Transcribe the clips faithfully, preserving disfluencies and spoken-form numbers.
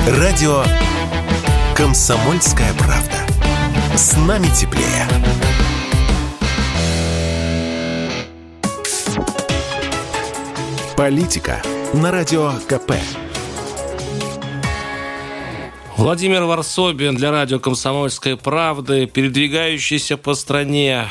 Радио «Комсомольская правда». С нами теплее. Политика на Радио КП. Владимир Варсобин для радио «Комсомольской правды», передвигающийся по стране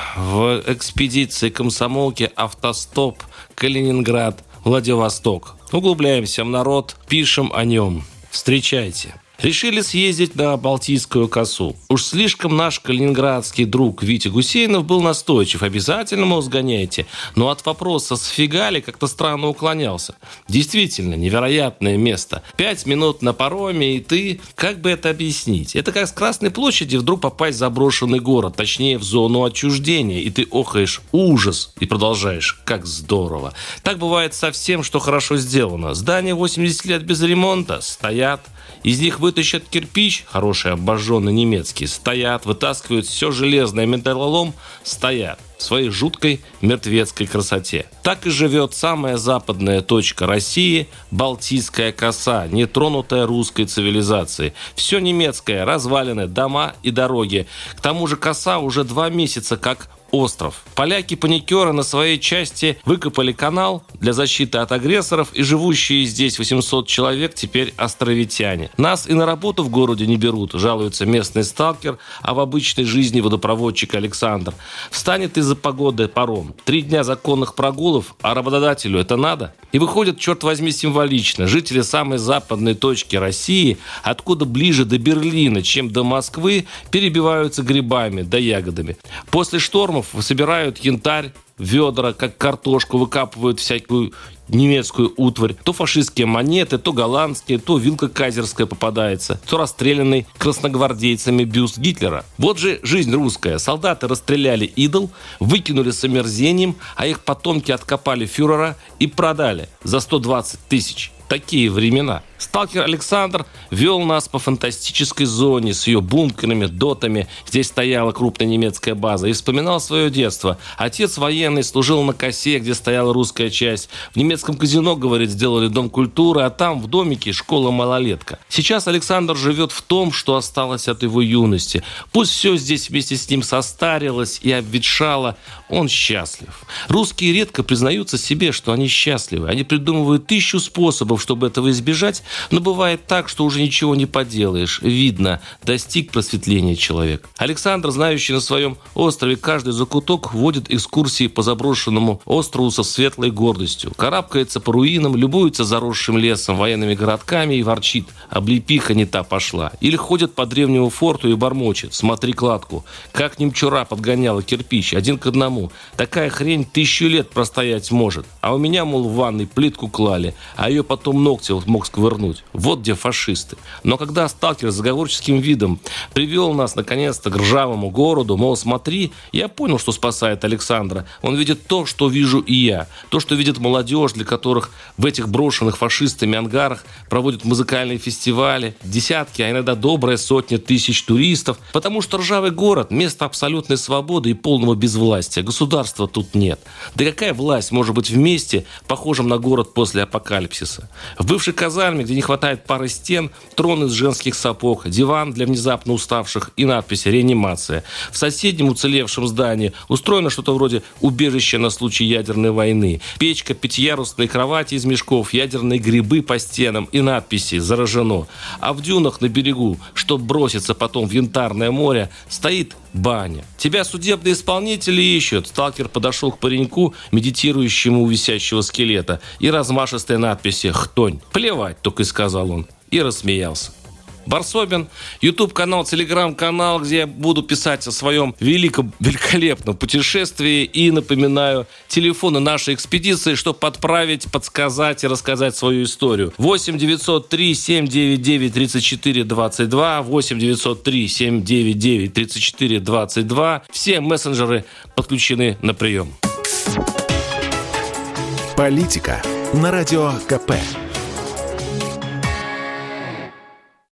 в экспедиции комсомолки «Автостоп», Калининград, Владивосток. Углубляемся в народ, пишем о нем. Встречайте. Решили съездить на Балтийскую косу. Уж слишком наш калининградский друг Витя Гусейнов был настойчив. Обязательно, мол, сгоняйте. Но от вопроса «сфига ли?» как-то странно уклонялся. Действительно, невероятное место. Пять минут на пароме, и ты... Как бы это объяснить? Это как с Красной площади вдруг попасть в заброшенный город, точнее, в зону отчуждения, и ты охаешь «ужас» и продолжаешь «как здорово». Так бывает со всем, что хорошо сделано. Здания восемьдесят лет без ремонта стоят. Из них вытащат кирпич, хороший обожженный немецкий, стоят, вытаскивают все железное, металлолом, стоят в своей жуткой мертвецкой красоте. Так и живет самая западная точка России – Балтийская коса, нетронутая русской цивилизацией. Все немецкое, развалины, дома и дороги. К тому же коса уже два месяца как остров. Поляки-паникеры на своей части выкопали канал для защиты от агрессоров, и живущие здесь восемьсот человек теперь островитяне. Нас и на работу в городе не берут, жалуется местный сталкер, а в обычной жизни водопроводчик Александр. Встанет из-за погоды паром. Три дня законных прогулов, а работодателю это надо? И выходит, черт возьми, символично. Жители самой западной точки России, откуда ближе до Берлина, чем до Москвы, перебиваются грибами да ягодами. После штормов собирают янтарь, ведра, как картошку, выкапывают всякую немецкую утварь. То фашистские монеты, то голландские, то вилка кайзерская попадается, то расстрелянный красногвардейцами бюст Гитлера. Вот же жизнь русская. Солдаты расстреляли идол, выкинули с омерзением, а их потомки откопали фюрера и продали за сто двадцать тысяч. Такие времена. Сталкер Александр вел нас по фантастической зоне с ее бункерами, дотами. Здесь стояла крупная немецкая база. И вспоминал свое детство. Отец военный, служил на косе, где стояла русская часть. В немецком казино, говорит, сделали дом культуры, а там в домике школа-малолетка. Сейчас Александр живет в том, что осталось от его юности. Пусть все здесь вместе с ним состарилось и обветшало, он счастлив. Русские редко признаются себе, что они счастливы. Они придумывают тысячу способов, чтобы этого избежать, но бывает так, что уже ничего не поделаешь. Видно, достиг просветления человек. Александр, знающий на своем острове каждый закуток, водит экскурсии по заброшенному острову со светлой гордостью. Карабкается по руинам, любуется заросшим лесом, военными городками и ворчит: облепиха не та пошла. Или ходит по древнему форту и бормочет: смотри кладку, как немчура подгоняла кирпич, один к одному. Такая хрень тысячу лет простоять может. А у меня, мол, в ванной плитку клали, а ее потом ногти мог сквырнуть. Вот где фашисты. Но когда сталкер с заговорческим видом привел нас наконец-то к ржавому городу, мол, смотри, я понял, что спасает Александра. Он видит то, что вижу и я. То, что видит молодежь, для которых в этих брошенных фашистами ангарах проводят музыкальные фестивали, десятки, а иногда добрая сотня тысяч туристов. Потому что ржавый город – место абсолютной свободы и полного безвластия. Государства тут нет. Да какая власть может быть в месте, похожем на город после апокалипсиса? В бывшей казарме, где не хватает пары стен, трон из женских сапог, диван для внезапно уставших и надпись «Реанимация». В соседнем уцелевшем здании устроено что-то вроде убежища на случай ядерной войны. Печка, пятиярусные кровати из мешков, ядерные грибы по стенам и надписи «Заражено». А в дюнах на берегу, чтоб броситься потом в Янтарное море, стоит баня. Тебя судебные исполнители ищут. Сталкер подошел к пареньку, медитирующему у висящего скелета, и размашистой надписи «Хтонь». «Плевать», только и сказал он, и рассмеялся. Варсобин, YouTube-канал, Telegram-канал, где я буду писать о своем великом, великолепном путешествии. И напоминаю, телефоны нашей экспедиции, чтобы подправить, подсказать и рассказать свою историю. восемь девятьсот три семь девять девять тридцать четыре двадцать два, восемь девятьсот три семь девять девять тридцать четыре двадцать два. Все мессенджеры подключены на прием. Политика на Радио КП.